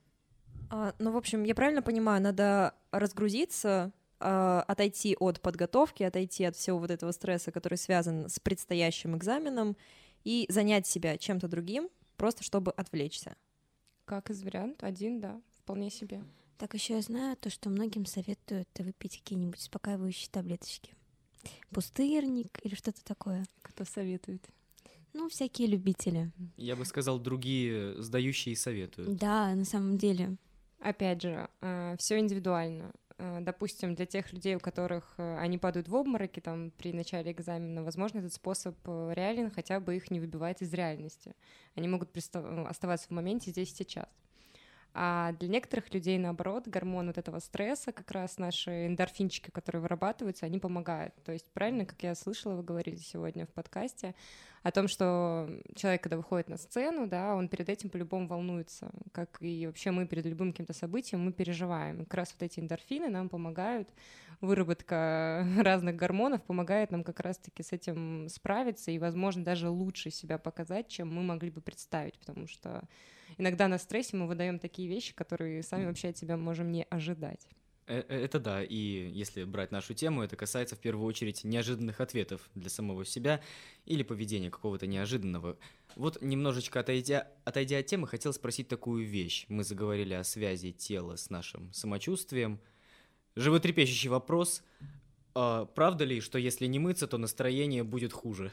Ну, в общем, я правильно понимаю, надо разгрузиться, отойти от подготовки, отойти от всего вот этого стресса, который связан с предстоящим экзаменом, и занять себя чем-то другим, просто чтобы отвлечься. Как из варианта один, да, вполне себе. Так еще я знаю то, что многим советуют выпить какие-нибудь успокаивающие таблеточки. Пустырник или что-то такое. Кто советует? Ну, всякие любители. Я бы сказал, другие сдающие советуют. Да, на самом деле. Опять же, все индивидуально. Допустим, для тех людей, у которых они падают в обмороки там, при начале экзамена, возможно, этот способ реален, хотя бы их не выбивает из реальности. Они могут оставаться в моменте здесь и сейчас. А для некоторых людей, наоборот, гормон вот этого стресса, как раз наши эндорфинчики, которые вырабатываются, они помогают. То есть правильно, как я слышала, вы говорили сегодня в подкасте, о том, что человек, когда выходит на сцену, да, он перед этим по-любому волнуется, как и вообще мы перед любым каким-то событием, мы переживаем. И как раз вот эти эндорфины нам помогают, выработка разных гормонов помогает нам как раз-таки с этим справиться и, возможно, даже лучше себя показать, чем мы могли бы представить, потому что иногда на стрессе мы выдаем такие вещи, которые сами вообще от себя можем не ожидать. Это да, и если брать нашу тему, это касается в первую очередь неожиданных ответов для самого себя или поведения какого-то неожиданного. Вот немножечко отойдя от темы, хотел спросить такую вещь. Мы заговорили о связи тела с нашим самочувствием. Животрепещущий вопрос. Правда ли, что если не мыться, то настроение будет хуже?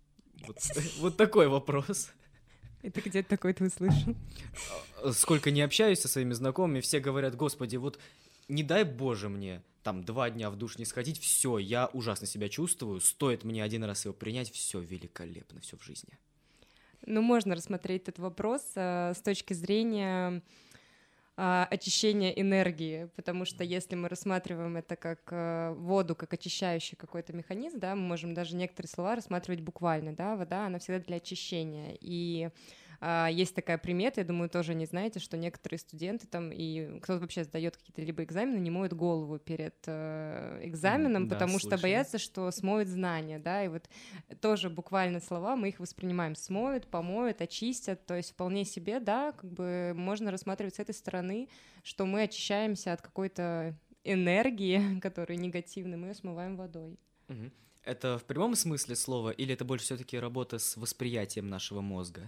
Вот такой вопрос. Это где-то такой ты услышал? Сколько не общаюсь со своими знакомыми, все говорят: господи, вот не дай Боже мне там 2 дня в душ не сходить, все, я ужасно себя чувствую, стоит мне один раз его принять, все великолепно, все в жизни. Ну, можно рассмотреть этот вопрос с точки зрения очищения энергии, потому что если мы рассматриваем это как воду, как очищающий какой-то механизм, да, мы можем даже некоторые слова рассматривать буквально, да, вода, она всегда для очищения, и есть такая примета, я думаю, тоже не знаете, что некоторые студенты там, и кто-то вообще сдает какие-то либо экзамены, не моют голову перед экзаменом, да, потому что боятся, что смоют знания, да, и вот тоже буквально слова, мы их воспринимаем: смоют, помоют, очистят, то есть вполне себе, да, как бы можно рассматривать с этой стороны, что мы очищаемся от какой-то энергии, которая негативная, мы ее смываем водой. Это в прямом смысле слова, или это больше все-таки работа с восприятием нашего мозга?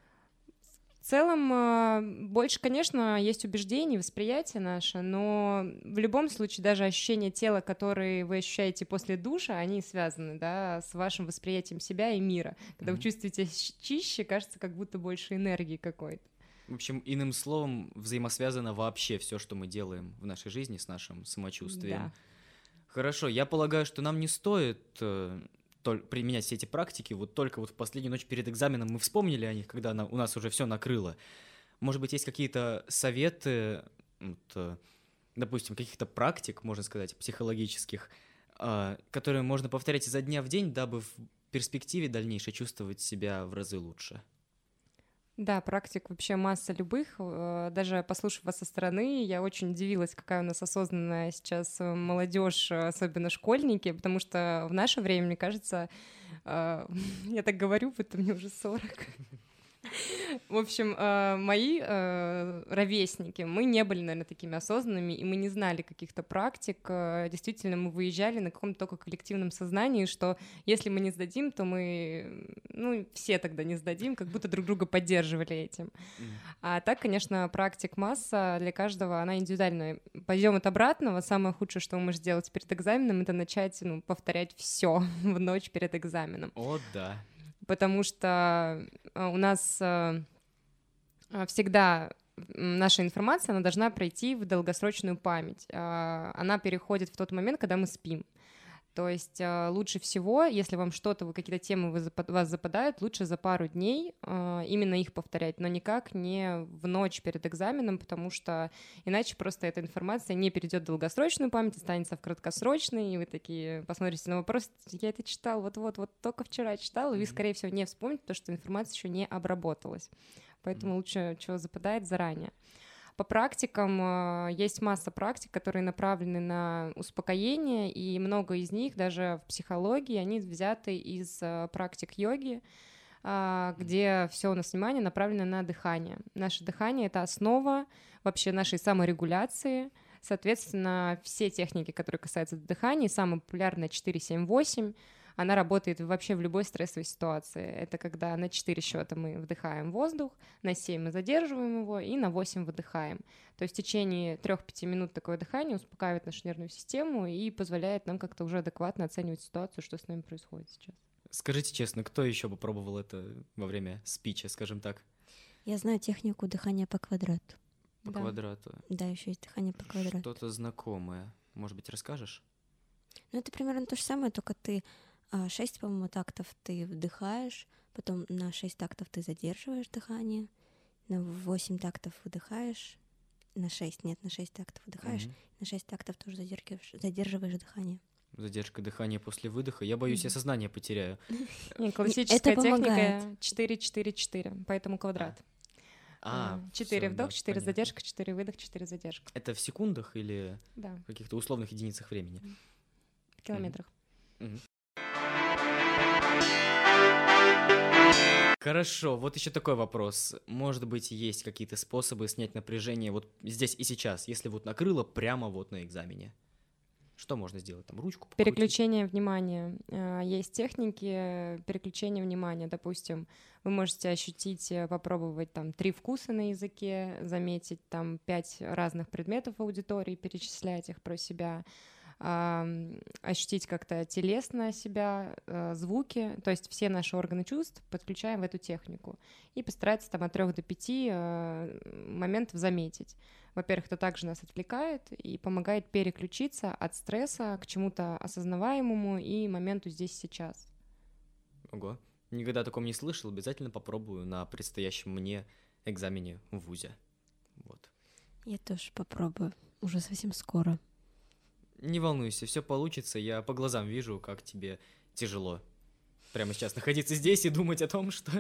В целом, больше, конечно, есть убеждения, восприятие наше, но в любом случае даже ощущения тела, которые вы ощущаете после душа, они связаны, да, с вашим восприятием себя и мира. Когда вы чувствуете чище, кажется, как будто больше энергии какой-то. В общем, иным словом, взаимосвязано вообще все, что мы делаем в нашей жизни с нашим самочувствием. Да. Хорошо, я полагаю, что нам не стоит применять все эти практики, вот только вот в последнюю ночь перед экзаменом мы вспомнили о них, когда у нас уже все накрыло. Может быть, есть какие-то советы, допустим, каких-то практик, можно сказать, психологических, которые можно повторять изо дня в день, дабы в перспективе дальнейшей чувствовать себя в разы лучше? Да, практик вообще масса любых. Даже послушав вас со стороны, я очень удивилась, какая у нас осознанная сейчас молодежь, особенно школьники, потому что в наше время, мне кажется, я так говорю, будто мне уже 40. В общем, мои ровесники, мы не были, наверное, такими осознанными, и мы не знали каких-то практик. Действительно, мы выезжали на каком-то только коллективном сознании, что если мы не сдадим, то мы, все тогда не сдадим, как будто друг друга поддерживали этим. А так, конечно, практик масса, для каждого она индивидуальная. Пойдем от обратного. Самое худшее, что мы можем сделать перед экзаменом, это начать повторять все в ночь перед экзаменом. О, да. Потому что у нас всегда наша информация, она должна пройти в долгосрочную память. Она переходит в тот момент, когда мы спим. То есть лучше всего, если вам что-то, какие-то темы вас западают, лучше за пару дней именно их повторять, но никак не в ночь перед экзаменом, потому что иначе просто эта информация не перейдет в долгосрочную память, останется в краткосрочной, и вы такие посмотрите на вопрос, я это читал, вот только вчера читал, и вы, скорее всего, не вспомните, потому что информация еще не обработалась. Поэтому лучше, чего западает, заранее. По практикам есть масса практик, которые направлены на успокоение, и много из них, даже в психологии, они взяты из практик йоги, где все у нас внимание направлено на дыхание. Наше дыхание — это основа вообще нашей саморегуляции. Соответственно, все техники, которые касаются дыхания, самая популярная 4-7-8, она работает вообще в любой стрессовой ситуации. Это когда на 4 счета мы вдыхаем воздух, на 7 мы задерживаем его и на 8 выдыхаем. То есть в течение 3-5 минут такое дыхание успокаивает нашу нервную систему и позволяет нам как-то уже адекватно оценивать ситуацию, что с нами происходит сейчас. Скажите честно, кто еще попробовал это во время спича, скажем так? Я знаю технику дыхания по квадрату. По квадрату. Да, еще есть дыхание по квадрату. Что-то знакомое. Может быть, расскажешь? Это примерно то же самое, только ты 6, по-моему, тактов ты вдыхаешь, потом на 6 тактов ты задерживаешь дыхание, на 8 тактов выдыхаешь, на 6 тактов выдыхаешь, на 6 тактов тоже задерживаешь дыхание. Задержка дыхания после выдоха. Я боюсь, я сознание потеряю. Классическая техника 4-4-4, поэтому квадрат. 4 вдох, 4 понятно. задержка, 4 выдох, 4 задержка. Это в секундах или Да, в каких-то условных единицах времени? в километрах. Хорошо, вот еще такой вопрос. Может быть, есть какие-то способы снять напряжение вот здесь и сейчас, если вот накрыло прямо вот на экзамене? Что можно сделать? Там ручку покрутить? Переключение внимания. Есть техники переключения внимания. Допустим, вы можете ощутить, попробовать там 3 вкуса на языке, заметить там 5 разных предметов в аудитории, перечислять их про себя, ощутить как-то телесно себя, звуки, то есть все наши органы чувств подключаем в эту технику и постараться там от 3 до 5 моментов заметить. Во-первых, это также нас отвлекает и помогает переключиться от стресса к чему-то осознаваемому и моменту здесь сейчас. Ого, никогда о таком не слышал, обязательно попробую на предстоящем мне экзамене в вузе. Вот. Я тоже попробую, уже совсем скоро. Не волнуйся, все получится, я по глазам вижу, как тебе тяжело прямо сейчас находиться здесь и думать о том, что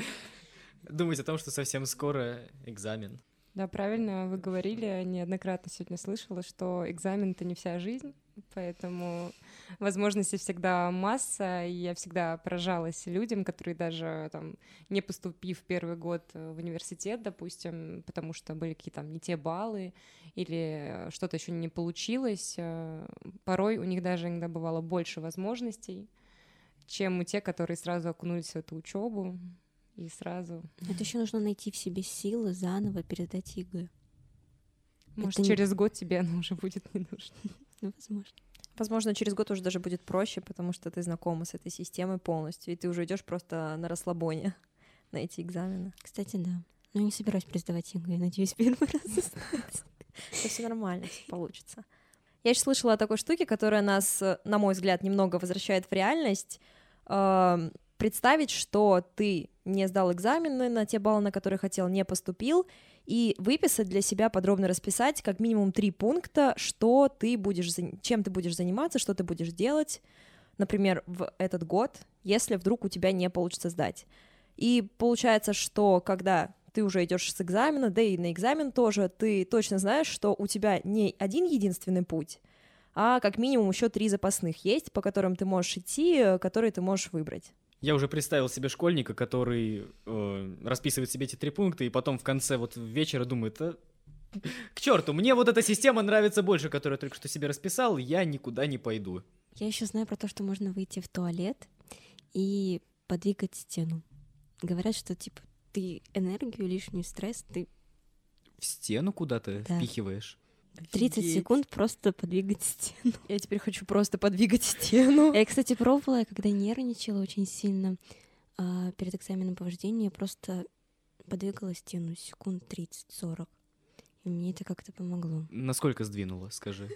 совсем скоро экзамен. Да, правильно вы говорили, неоднократно сегодня слышала, что экзамен — это не вся жизнь, поэтому возможностей всегда масса, и я всегда поражалась людям, которые даже там, не поступив первый год в университет, допустим, потому что были какие-то там не те баллы или что-то еще не получилось, порой у них даже иногда бывало больше возможностей, чем у тех, которые сразу окунулись в эту учебу. И сразу... Это еще нужно найти в себе силы заново передать ЕГЭ. Может, через год тебе оно уже будет не нужно. Возможно. Возможно, через год уже даже будет проще, потому что ты знакома с этой системой полностью, и ты уже идешь просто на расслабоне на эти экзамены. Кстати, да. Но я не собираюсь присдавать ЕГЭ, я надеюсь, первый раз. Это все нормально, все получится. Я еще слышала о такой штуке, которая нас, на мой взгляд, немного возвращает в реальность. Представить, что ты не сдал экзамены на те баллы, на которые хотел, не поступил, и выписать для себя, подробно расписать как минимум 3 пункта, чем ты будешь заниматься, что ты будешь делать, например, в этот год, если вдруг у тебя не получится сдать. И получается, что когда ты уже идешь с экзамена, да и на экзамен тоже, ты точно знаешь, что у тебя не один единственный путь, а как минимум еще 3 запасных есть, по которым ты можешь идти, которые ты можешь выбрать. Я уже представил себе школьника, который расписывает себе эти 3 пункта, и потом в конце вот вечера думает: к черту, мне вот эта система нравится больше, которую я только что себе расписал, я никуда не пойду. Я еще знаю про то, что можно выйти в туалет и подвигать стену. Говорят, что типа ты энергию, лишний стресс, ты В стену куда-то Да. впихиваешь? 30 Офигеть. секунд просто подвигать стену. Я теперь хочу просто подвигать стену. Я, кстати, пробовала, когда нервничала очень сильно перед экзаменом по вождению, я просто подвигала стену секунд 30-40. И мне это как-то помогло. Насколько сдвинула, скажи?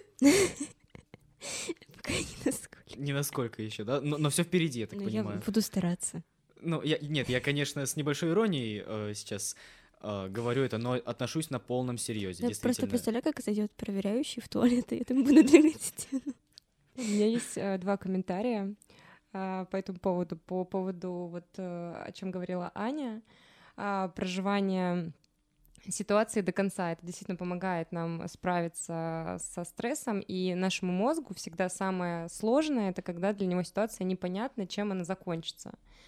Пока не насколько. Не насколько еще, да? Но все впереди, я так Но я понимаю. буду стараться. Ну, нет, я, конечно, с небольшой иронией сейчас говорю это, но отношусь на полном серьезе, Я просто действительно. представляю, как зайдет проверяющий в туалет, и я там буду двигать стену. У меня есть 2 комментария по этому поводу. По поводу, вот о чем говорила Аня, проживание ситуации до конца. Это действительно помогает нам справиться со стрессом, и нашему мозгу всегда самое сложное — это когда для него ситуация непонятна, чем она закончится.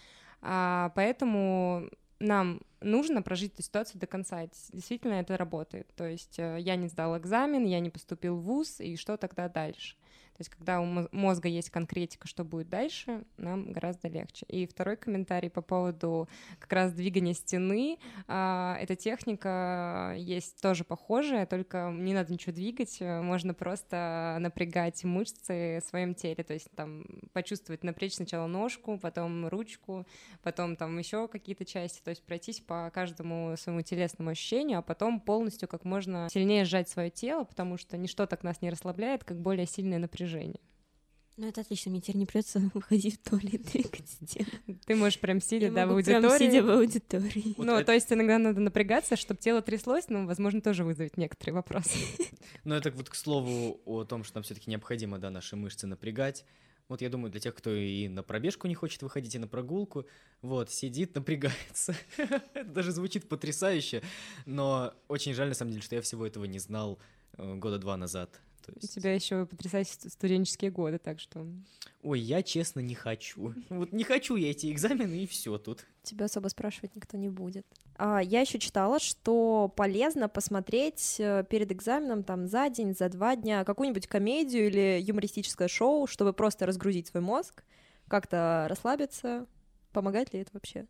Поэтому нам нужно прожить эту ситуацию до конца. И действительно это работает. То есть я не сдал экзамен, я не поступил в вуз, и что тогда дальше? То есть когда у мозга есть конкретика, что будет дальше, нам гораздо легче. И второй комментарий по поводу как раз двигания стены. Эта техника есть тоже похожая, только не надо ничего двигать, можно просто напрягать мышцы в своем теле, то есть там почувствовать, напрячь сначала ножку, потом ручку, потом там еще какие-то части, то есть пройтись по каждому своему телесному ощущению, а потом полностью как можно сильнее сжать свое тело, потому что ничто так нас не расслабляет, как более сильное напряжение. Ну, это отлично, мне теперь не придется выходить в туалет, двигать стену. Ты можешь прям сидя, Я да, в могу прям аудитории. сидя в аудитории. Вот Ну, это- то есть иногда надо напрягаться, чтобы тело тряслось, но, возможно, тоже вызовет некоторые вопросы. Ну, это вот к слову о том, что нам все-таки необходимо, да, наши мышцы напрягать. Вот я думаю, для тех, кто и на пробежку не хочет выходить, и на прогулку, вот, сидит, напрягается. Это даже звучит потрясающе, но очень жаль, на самом деле, что я всего этого не знал 2 года назад. То У есть... тебя еще потрясающие студенческие годы, так что... Ой, я честно не хочу. Вот не хочу я эти экзамены, и все тут. Тебя особо спрашивать никто не будет. Я еще читала, что полезно посмотреть перед экзаменом там за день, за 2 дня какую-нибудь комедию или юмористическое шоу, чтобы просто разгрузить свой мозг, как-то расслабиться. Помогает ли это вообще?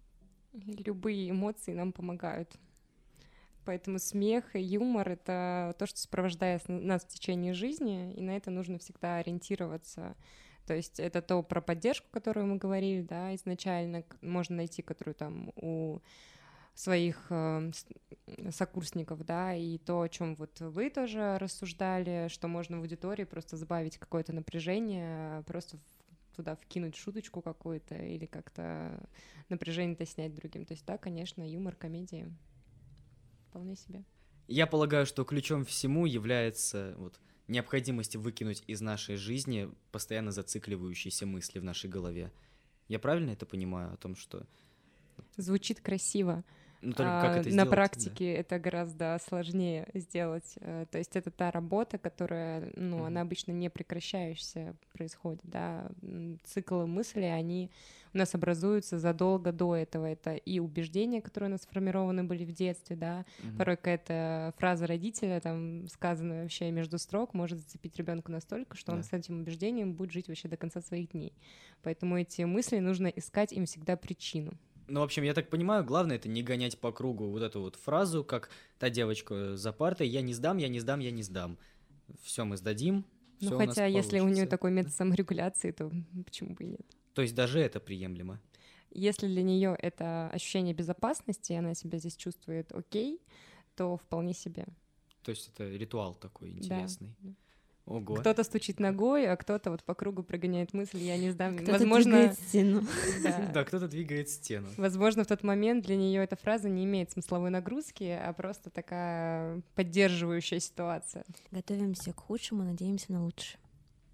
Любые эмоции нам помогают. Поэтому смех и юмор — это то, что сопровождает нас в течение жизни, и на это нужно всегда ориентироваться. То есть это то про поддержку, которую мы говорили, да, изначально можно найти, которую там у своих сокурсников, да, и то, о чем вот вы тоже рассуждали, что можно в аудитории просто забавить какое-то напряжение, просто туда вкинуть шуточку какую-то или как-то напряжение-то снять другим. То есть да, конечно, юмор, комедия вполне себе. Я полагаю, что ключом всему является вот необходимость выкинуть из нашей жизни постоянно зацикливающиеся мысли в нашей голове. Я правильно это понимаю о том, что... Звучит красиво. Ну, только как это На сделать? практике это гораздо сложнее сделать. То есть это та работа, которая, ну, она обычно не прекращающаяся происходит, да. Циклы мыслей, они у нас образуются задолго до этого. Это и убеждения, которые у нас сформированы были в детстве, да. Порой какая-то фраза родителя, там, сказанная вообще между строк, может зацепить ребенка настолько, что он с этим убеждением будет жить вообще до конца своих дней. Поэтому эти мысли нужно искать им всегда причину. Ну, в общем, я так понимаю, главное это не гонять по кругу вот эту вот фразу, как та девочка за партой: я не сдам, я не сдам, я не сдам. Все мы сдадим. Ну, всё у нас хотя, если у нее получится. такой метод саморегуляции, то почему бы и нет? То есть даже это приемлемо. Если для нее это ощущение безопасности, и она себя здесь чувствует окей, то вполне себе. То есть это ритуал такой Да. интересный. Ого. Кто-то стучит ногой, а кто-то вот по кругу прогоняет мысль: я не сдам. Кто-то Возможно, двигает стену. да. Да, кто-то двигает стену. Возможно, в тот момент для нее эта фраза не имеет смысловой нагрузки, а просто такая поддерживающая ситуация. Готовимся к худшему, надеемся на лучшее.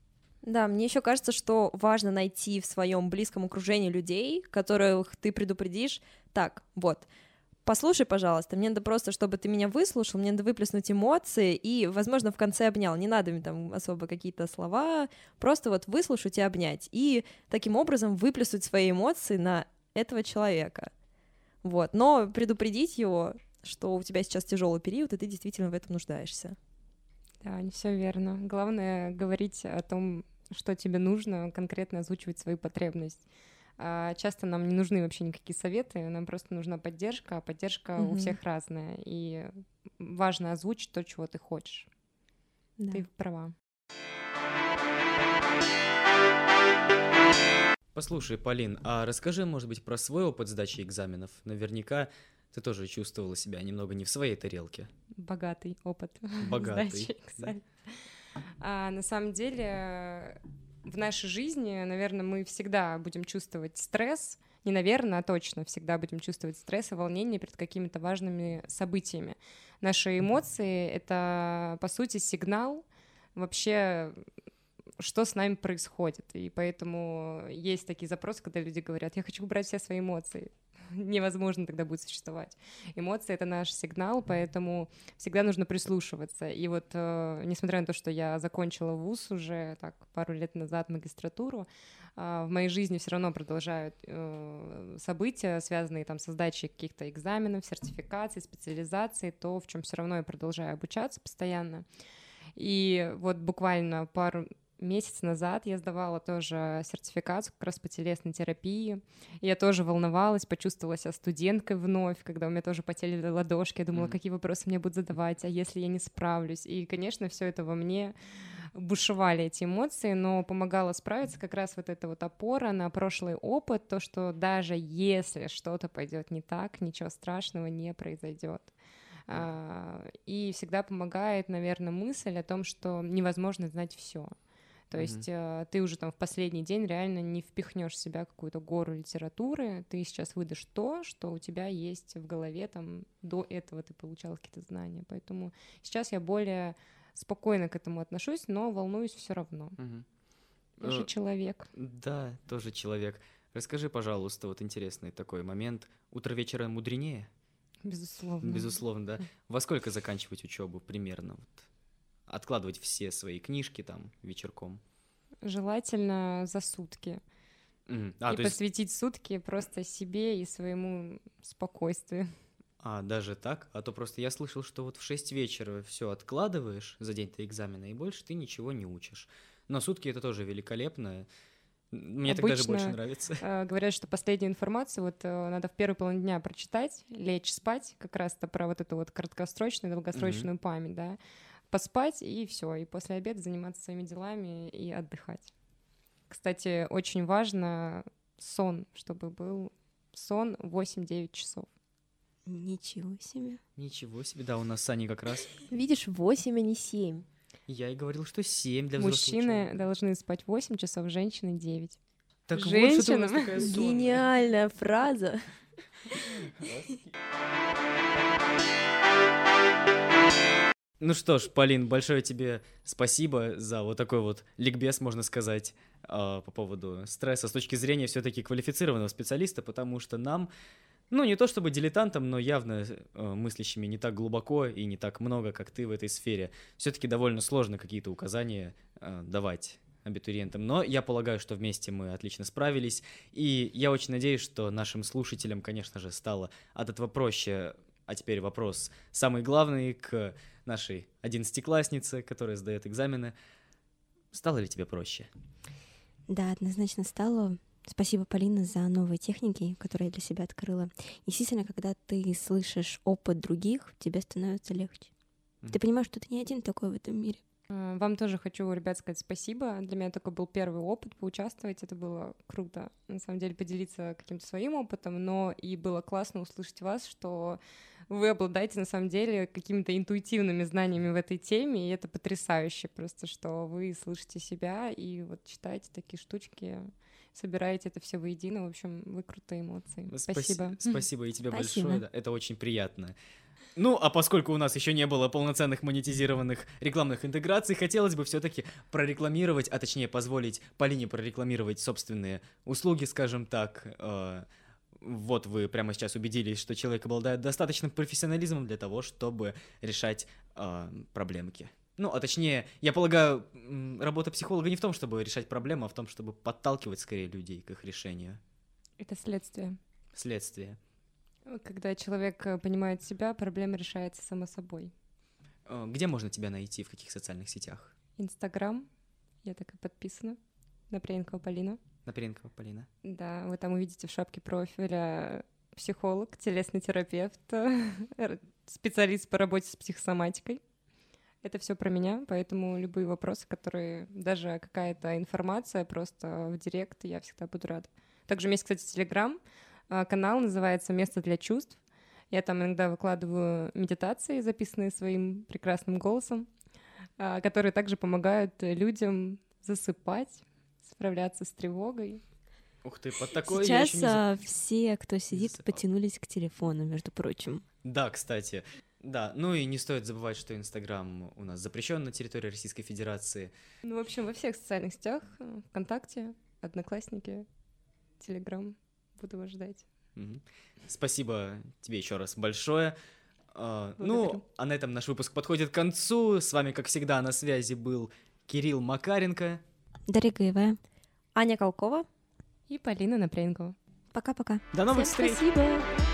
Да, мне еще кажется, что важно найти в своем близком окружении людей, которых ты предупредишь. Так, вот, послушай, пожалуйста, мне надо просто, чтобы ты меня выслушал, мне надо выплеснуть эмоции и, возможно, в конце обнял. Не надо мне там особо какие-то слова, просто вот выслушать и обнять. И таким образом выплеснуть свои эмоции на этого человека. Вот, но предупредить его, что у тебя сейчас тяжелый период, и ты действительно в этом нуждаешься. Да, все верно. Главное говорить о том, что тебе нужно, конкретно озвучивать свою потребность. Часто нам не нужны вообще никакие советы, нам просто нужна поддержка, а поддержка у всех разная, и важно озвучить то, чего ты хочешь. Да. Ты права. Послушай, Полин, а расскажи, может быть, про свой опыт сдачи экзаменов. Наверняка ты тоже чувствовала себя немного не в своей тарелке. Богатый опыт Богатый, сдачи экзаменов. На самом деле, в нашей жизни, наверное, мы всегда будем чувствовать стресс, не наверное, а точно всегда будем чувствовать стресс и волнение перед какими-то важными событиями. Наши эмоции — это, по сути, сигнал вообще, что с нами происходит. И поэтому есть такие запросы, когда люди говорят: я хочу убрать все свои эмоции. Невозможно тогда будет существовать. Эмоции — это наш сигнал, поэтому всегда нужно прислушиваться. И вот, несмотря на то, что я закончила вуз уже так пару лет назад, магистратуру, в моей жизни все равно продолжают события, связанные там со сдачей каких-то экзаменов, сертификаций, специализаций, то, в чем все равно я продолжаю обучаться постоянно. И вот буквально пару месяц назад я сдавала тоже сертификацию как раз по телесной терапии. И я тоже волновалась, почувствовала себя студенткой вновь, когда у меня тоже потели ладошки. Я думала, какие вопросы мне будут задавать, а если я не справлюсь? И, конечно, все это во мне бушевали, эти эмоции, но помогало справиться как раз вот эта вот опора на прошлый опыт, то, что даже если что-то пойдет не так, ничего страшного не произойдет. И всегда помогает, наверное, мысль о том, что невозможно знать все. То есть ты уже там в последний день реально не впихнешь в себя какую-то гору литературы, ты сейчас выдашь то, что у тебя есть в голове, там до этого ты получал какие-то знания. Поэтому сейчас я более спокойно к этому отношусь, но волнуюсь все равно. Я же человек. Да, тоже человек. Расскажи, пожалуйста, вот интересный такой момент. Утро вечера мудренее? Безусловно. Безусловно, да. Во сколько заканчивать учебу примерно? Вот. Откладывать все свои книжки там вечерком? Желательно за сутки. И посвятить сутки просто себе и своему спокойствию. Даже так? А то просто я слышал, что вот в 6 вечера все откладываешь за день-то экзамена, и больше ты ничего не учишь. Но сутки — это тоже великолепно. Мне так даже больше нравится. Говорят, что последнюю информацию вот надо в первой половине дня прочитать, лечь спать, как раз-то про вот эту вот краткосрочную, долгосрочную память, да, поспать, и все, и после обеда заниматься своими делами и отдыхать. Кстати, очень важно сон, чтобы был сон 8-9 часов. Ничего себе. Ничего себе, да, у нас с Аней как раз. Видишь, 8, а не 7. Я и говорил, что 7 для взрослого Мужчины человека. должны спать 8 часов, женщины 9. Так женщинам. вот, что ты у нас такая сонная. Гениальная фраза. Ну что ж, Полин, большое тебе спасибо за вот такой вот ликбез, можно сказать, по поводу стресса с точки зрения все-таки квалифицированного специалиста, потому что нам, ну не то чтобы дилетантам, но явно мыслящими не так глубоко и не так много, как ты в этой сфере, все-таки довольно сложно какие-то указания давать абитуриентам, но я полагаю, что вместе мы отлично справились, и я очень надеюсь, что нашим слушателям, конечно же, стало от этого проще. А теперь вопрос самый главный к нашей 11-класснице, которая сдает экзамены. Стало ли тебе проще? Да, однозначно стало. Спасибо, Полина, за новые техники, которые я для себя открыла. Действительно, когда ты слышишь опыт других, тебе становится легче. Ты понимаешь, что ты не один такой в этом мире. Вам тоже хочу, ребят, сказать спасибо. Для меня такой был первый опыт поучаствовать. Это было круто, на самом деле, поделиться каким-то своим опытом, но и было классно услышать вас, что вы обладаете, на самом деле, какими-то интуитивными знаниями в этой теме, и это потрясающе просто, что вы слышите себя и вот читаете такие штучки, собираете это все воедино. В общем, вы крутые эмоции. Спасибо. Спасибо и тебе Спасибо. большое. Да, это очень приятно. Ну, а поскольку у нас еще не было полноценных монетизированных рекламных интеграций, хотелось бы все-таки прорекламировать, а точнее позволить Полине прорекламировать собственные услуги, скажем так. Вот вы прямо сейчас убедились, что человек обладает достаточным профессионализмом для того, чтобы решать проблемки. Ну, а точнее, я полагаю, работа психолога не в том, чтобы решать проблемы, а в том, чтобы подталкивать скорее людей к их решению. Это следствие. Следствие. Когда человек понимает себя, проблема решается само собой. Где можно тебя найти, в каких социальных сетях? Инстаграм, я так и подписана, Напренкова Полина. Напренкова Полина. Да, вы там увидите в шапке профиля психолог, телесный терапевт, специалист по работе с психосоматикой. Это все про меня, поэтому любые вопросы, которые, даже какая-то информация просто в директ, я всегда буду рада. Также у меня есть, кстати, Телеграм, канал называется «Место для чувств». Я там иногда выкладываю медитации, записанные своим прекрасным голосом, которые также помогают людям засыпать, справляться с тревогой. Ух ты, под такое я еще Сейчас не все, кто сидит, засыпал. потянулись к телефону, между прочим. Да, кстати. Да, ну и не стоит забывать, что Инстаграм у нас запрещен на территории Российской Федерации. Ну, в общем, во всех социальных сетях, ВКонтакте, Одноклассники, Телеграм. Буду вас ждать. Мгм. Спасибо тебе еще раз большое. Ну, а на этом наш выпуск подходит к концу. С вами, как всегда, на связи был Кирилл Макаренко. Дарья Гаевая. Аня Колкова. И Полина Напренкова. Пока-пока. До новых Всем встреч! спасибо!